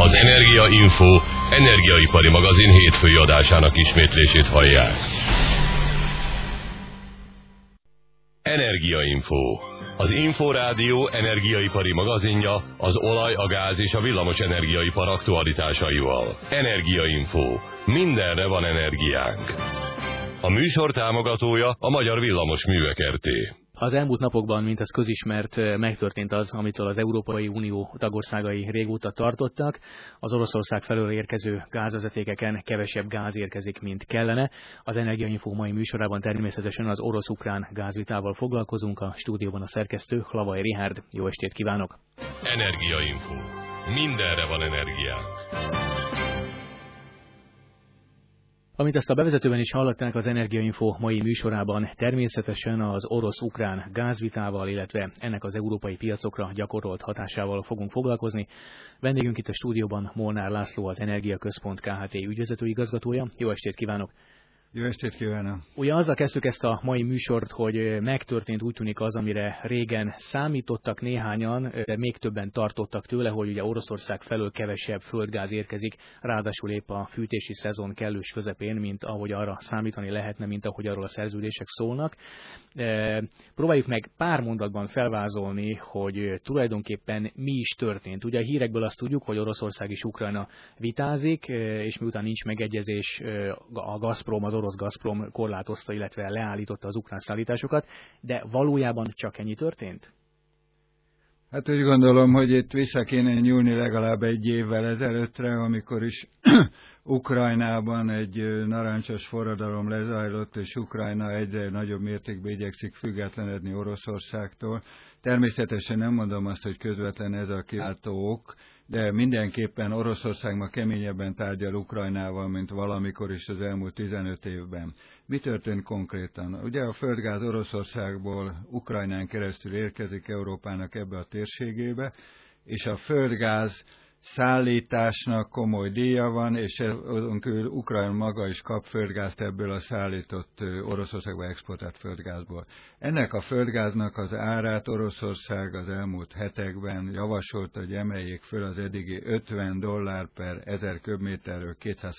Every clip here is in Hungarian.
Az Energia Info energiaipari magazin hétfői adásának ismétlését hallják. Energia Info. Az Inforádió energiaipari magazinja az olaj, a gáz és a villamos energiaipar aktualitásaival. Energia Info. Mindenre van energiánk. A műsor támogatója a Magyar Villamosművek Kft. Az elmúlt napokban, mint az közismert, megtörtént az, amitől az Európai Unió tagországai régóta tartottak. Az Oroszország felől érkező gázvezetékeken kevesebb gáz érkezik, mint kellene. Az Energiainfo mai műsorában természetesen az orosz-ukrán gázvitával foglalkozunk. A stúdióban a szerkesztő Hlavaj Richárd. Jó estét kívánok! Energiainfo. Mindenre van energiánk. Amint azt a bevezetőben is hallották, az Energiainfo mai műsorában természetesen az orosz-ukrán gázvitával, illetve ennek az európai piacokra gyakorolt hatásával fogunk foglalkozni. Vendégünk itt a stúdióban Molnár László, az Energiaközpont Kft. Ügyvezető igazgatója. Jó estét kívánok! Jó estét kívánok! Ugye azzal kezdtük ezt a mai műsort, hogy megtörtént, úgy tűnik az, amire régen számítottak néhányan, de még többen tartottak tőle, hogy ugye Oroszország felől kevesebb földgáz érkezik, ráadásul épp a fűtési szezon kellős közepén, mint ahogy arra számítani lehetne, mint ahogy arról a szerződések szólnak. Próbáljuk meg pár mondatban felvázolni, hogy tulajdonképpen mi is történt. Ugye a hírekből azt tudjuk, hogy Oroszország és Ukrajna vitázik, és miután nincs megegyezés, a Gazprom, az orosz Gazprom korlátozta, illetve leállította az ukrán szállításokat, de valójában csak ennyi történt? Hát úgy gondolom, hogy itt vissza kéne nyúlni legalább egy évvel ezelőttre, amikor is Ukrajnában egy narancsos forradalom lezajlott, és Ukrajna egyre nagyobb mértékben igyekszik függetlenedni Oroszországtól. Természetesen nem mondom azt, hogy közvetlen ez a kiváltó ok, de mindenképpen Oroszország ma keményebben tárgyal Ukrajnával, mint valamikor is az elmúlt 15 évben. Mi történt konkrétan? Ugye a földgáz Oroszországból Ukrajnán keresztül érkezik Európának ebbe a térségébe, és a földgáz szállításnak komoly díja van, és azon kívül Ukrajna maga is kap földgázt ebből a szállított Oroszországba exportált földgázból. Ennek a földgáznak az árát Oroszország az elmúlt hetekben javasolta, hogy emeljék föl az eddigi $50 per 1000 köbméterről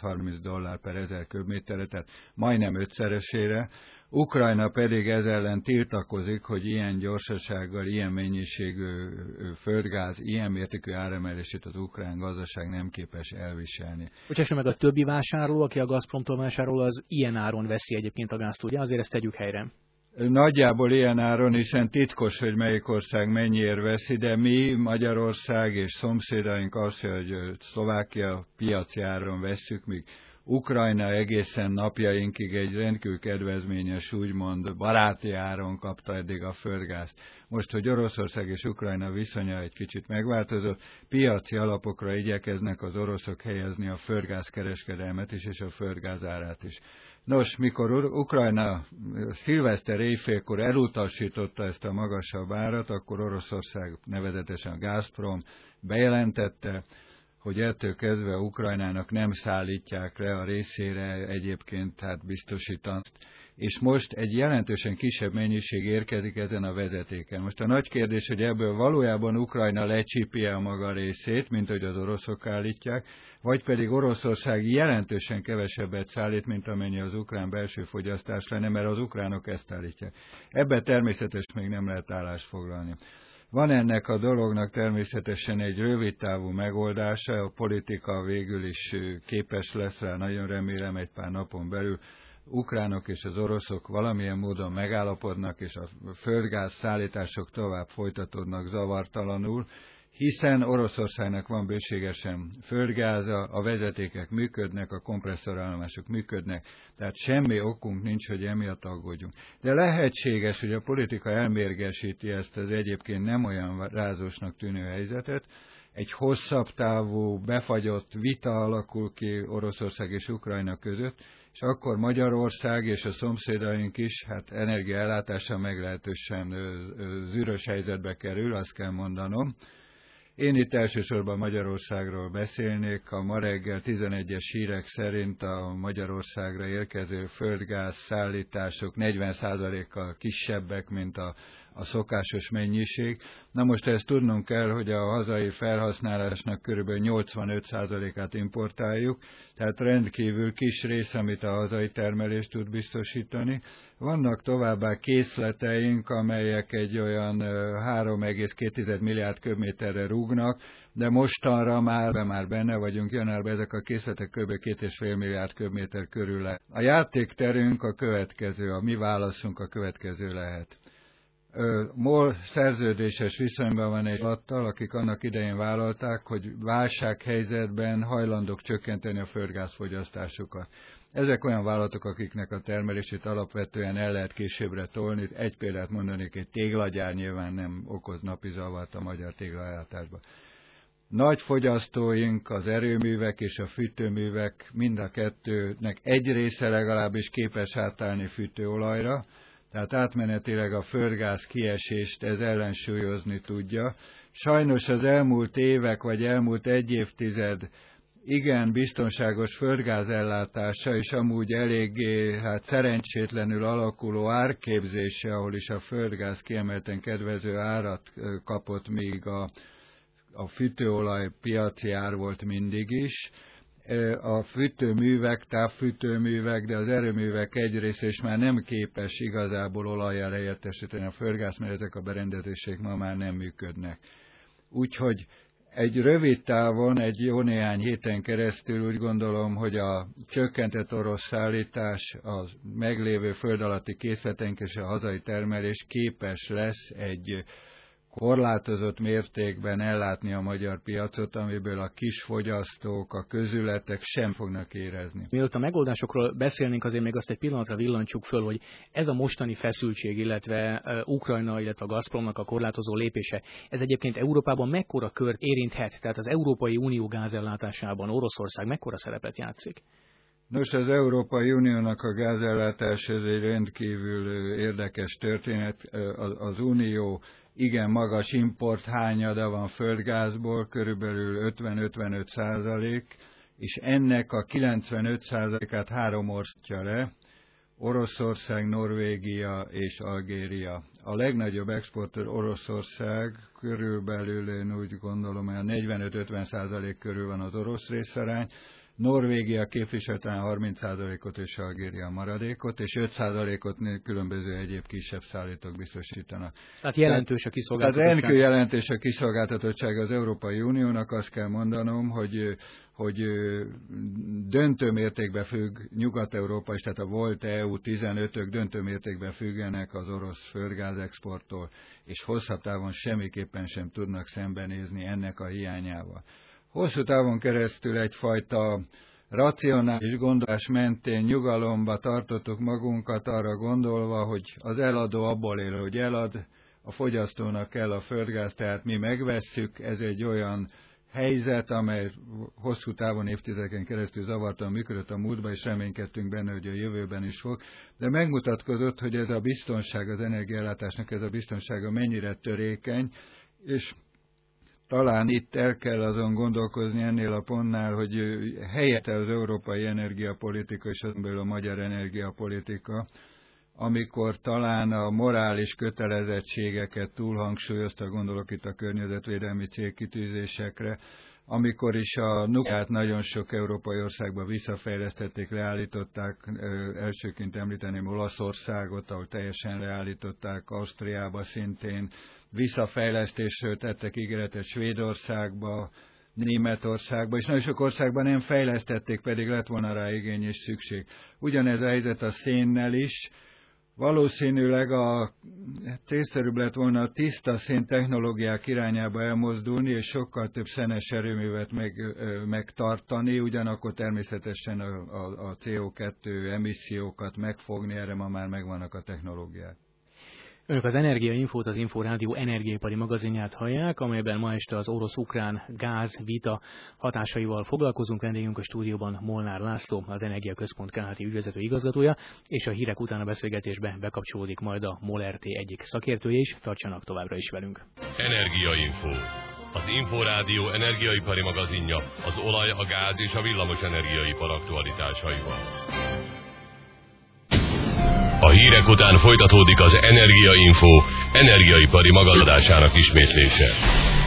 $230 per 1000 köbméterre, tehát majdnem 5-szeresére. Ukrajna pedig ez ellen tiltakozik, hogy ilyen gyorsasággal, ilyen mennyiségű földgáz, ilyen mértékű áremelését az ukrán gazdaság nem képes elviselni. Bocsássa meg, a többi vásárló, aki a Gazpromtól vásárol, az ilyen áron veszi egyébként a gázt, ugye? Azért ezt tegyük helyre. Nagyjából ilyen áron, hiszen titkos, hogy melyik ország mennyiért veszi, de mi, Magyarország és szomszédaink azt, hogy Szlovákia piaci áron vesszük, míg Ukrajna egészen napjainkig egy rendkívül kedvezményes, úgymond baráti áron kapta eddig a földgázt. Most, hogy Oroszország és Ukrajna viszonya egy kicsit megváltozott, piaci alapokra igyekeznek az oroszok helyezni a földgázkereskedelmet is, és a földgáz árát is. Nos, mikor Ukrajna szilveszter éjfélkor elutasította ezt a magasabb árat, akkor Oroszország, nevezetesen a Gazprom bejelentette, hogy ettől kezdve Ukrajnának nem szállítják le a részére egyébként biztosítani. És most egy jelentősen kisebb mennyiség érkezik ezen a vezetéken. Most a nagy kérdés, hogy ebből valójában Ukrajna lecsípi-e a maga részét, mint hogy az oroszok állítják, vagy pedig Oroszország jelentősen kevesebbet szállít, mint amennyi az ukrán belső fogyasztás lenne, mert az ukránok ezt állítják. Ebben természetesen még nem lehet állást foglalni. Van ennek a dolognak természetesen egy rövidtávú megoldása, a politika végül is képes lesz rá, nagyon remélem egy pár napon belül, ukránok és az oroszok valamilyen módon megállapodnak, és a földgáz szállítások tovább folytatódnak zavartalanul, hiszen Oroszországnak van bőségesen földgáza, a vezetékek működnek, a kompresszorállomások működnek, tehát semmi okunk nincs, hogy emiatt aggódjunk. De lehetséges, hogy a politika elmérgesíti ezt az egyébként nem olyan rázósnak tűnő helyzetet, egy hosszabb távú, befagyott vita alakul ki Oroszország és Ukrajna között, és akkor Magyarország és a szomszédaink is energiaellátása meglehetősen zűrös helyzetbe kerül, azt kell mondanom. Én itt elsősorban Magyarországról beszélnék. A ma reggel 11-es hírek szerint a Magyarországra érkező földgáz szállítások 40%-kal kisebbek, mint a szokásos mennyiség. Na most ezt tudnunk kell, hogy a hazai felhasználásnak kb. 85%-át importáljuk, tehát rendkívül kis rész, amit a hazai termelés tud biztosítani. Vannak továbbá készleteink, amelyek egy olyan 3,2 milliárd köbméterre rúgnak, de mostanra már benne vagyunk, januárban ezek a készletek kb. 2,5 milliárd köbméter körül lehet. A játékterünk a következő, a mi válaszunk a következő lehet. MOL szerződéses viszonyban van egy vállalattal, akik annak idején vállalták, hogy válsághelyzetben hajlandók csökkenteni a földgázfogyasztásukat. Ezek olyan vállalatok, akiknek a termelését alapvetően el lehet későbbre tolni. Egy példát mondanék, egy téglagyár nyilván nem okoz napi zavart a magyar téglaellátásban. Nagy fogyasztóink, az erőművek és a fűtőművek mind a kettőnek egy része legalábbis képes átállni fűtőolajra, tehát átmenetileg a földgáz kiesést ez ellensúlyozni tudja. Sajnos az elmúlt évek vagy elmúlt egy évtized igen biztonságos földgázellátása és amúgy eléggé szerencsétlenül alakuló árképzése, ahol is a földgáz kiemelten kedvező árat kapott, míg a fűtőolaj piaci ár volt mindig is. A fűtőművek, távfűtőművek, de az erőművek egy része is már nem képes igazából olajjal helyettesíteni a földgáz, mert ezek a berendezések ma már nem működnek. Úgyhogy egy rövid távon, egy jó néhány héten keresztül úgy gondolom, hogy a csökkentett orosz szállítás, a meglévő föld alatti készleteink és a hazai termelés képes lesz egy korlátozott mértékben ellátni a magyar piacot, amiből a kis fogyasztók, a közületek sem fognak érezni. Mielőtt a megoldásokról beszélnénk, azért még azt egy pillanatra villantsuk föl, hogy ez a mostani feszültség, illetve Ukrajna, illetve a Gazpromnak a korlátozó lépése, ez egyébként Európában mekkora kört érinthet? Tehát az Európai Unió gázellátásában Oroszország mekkora szerepet játszik? Nos, az Európai Uniónak a gázellátás ez egy rendkívül érdekes történet. Az Unió igen magas import hányada van földgázból, körülbelül 50-55%, és ennek a 95%-át három ország le, Oroszország, Norvégia és Algéria. A legnagyobb exportőr Oroszország, körülbelül én úgy gondolom, hogy 45-50% körül van az orosz részarány, Norvégia képviselten 30%-ot és Algéria a maradékot, és 5%-ot különböző egyéb kisebb szállítók biztosítanak. Tehát jelentős a kiszolgáltatottság. Tehát rendkívül jelentős a kiszolgáltatottság az Európai Uniónak, azt kell mondanom, hogy döntő mértékben függ Nyugat-Európa is, tehát a volt EU 15-ök döntő mértékben függenek az orosz földgázexporttól, és hosszabb távon semmiképpen sem tudnak szembenézni ennek a hiányával. Hosszú távon keresztül egyfajta racionális gondolás mentén nyugalomba tartottuk magunkat arra gondolva, hogy az eladó abból él, hogy elad, a fogyasztónak kell a földgáz, tehát mi megvesszük, ez egy olyan helyzet, amely hosszú távon évtizedeken keresztül zavartan működött a múltban, és reménykedtünk benne, hogy a jövőben is fog, de megmutatkozott, hogy ez a biztonság, az energiaellátásnak ez a biztonsága mennyire törékeny, és talán itt el kell azon gondolkozni ennél a pontnál, hogy helyette az európai energiapolitika és azon belül a magyar energiapolitika, amikor talán a morális kötelezettségeket túlhangsúlyozta, gondolok itt a környezetvédelmi célkitűzésekre, amikor is a nukleárt nagyon sok európai országban visszafejlesztették, leállították, elsőként említeném Olaszországot, ahol teljesen leállították, Ausztriába szintén, visszafejlesztésről tettek ígéretet Svédországba, Németországba, és nagyon sok országban nem fejlesztették, pedig lett volna rá igény és szükség. Ugyanez a helyzet a szénnel is. Valószínűleg célszerűbb lett volna a tiszta szén technológiák irányába elmozdulni, és sokkal több szenes erőművet megtartani, ugyanakkor természetesen a CO2 emissziókat megfogni, erre ma már megvannak a technológiák. Önök az Energiainfót, az Inforádió energiaipari magazinját hallják, amelyben ma este az orosz-ukrán gáz vita hatásaival foglalkozunk. Vendégünk a stúdióban Molnár László, az Energiaközpont Kft. Ügyvezető igazgatója, és a hírek után a beszélgetésbe bekapcsolódik majd a MOL RT egyik szakértője is. Tartsanak továbbra is velünk. Energiainfo. Az Inforádió energiaipari magazinja az olaj, a gáz és a villamos energiaipar aktualitásaival. A hírek után folytatódik az Energiainfo energiaipari magazadásának ismétlése.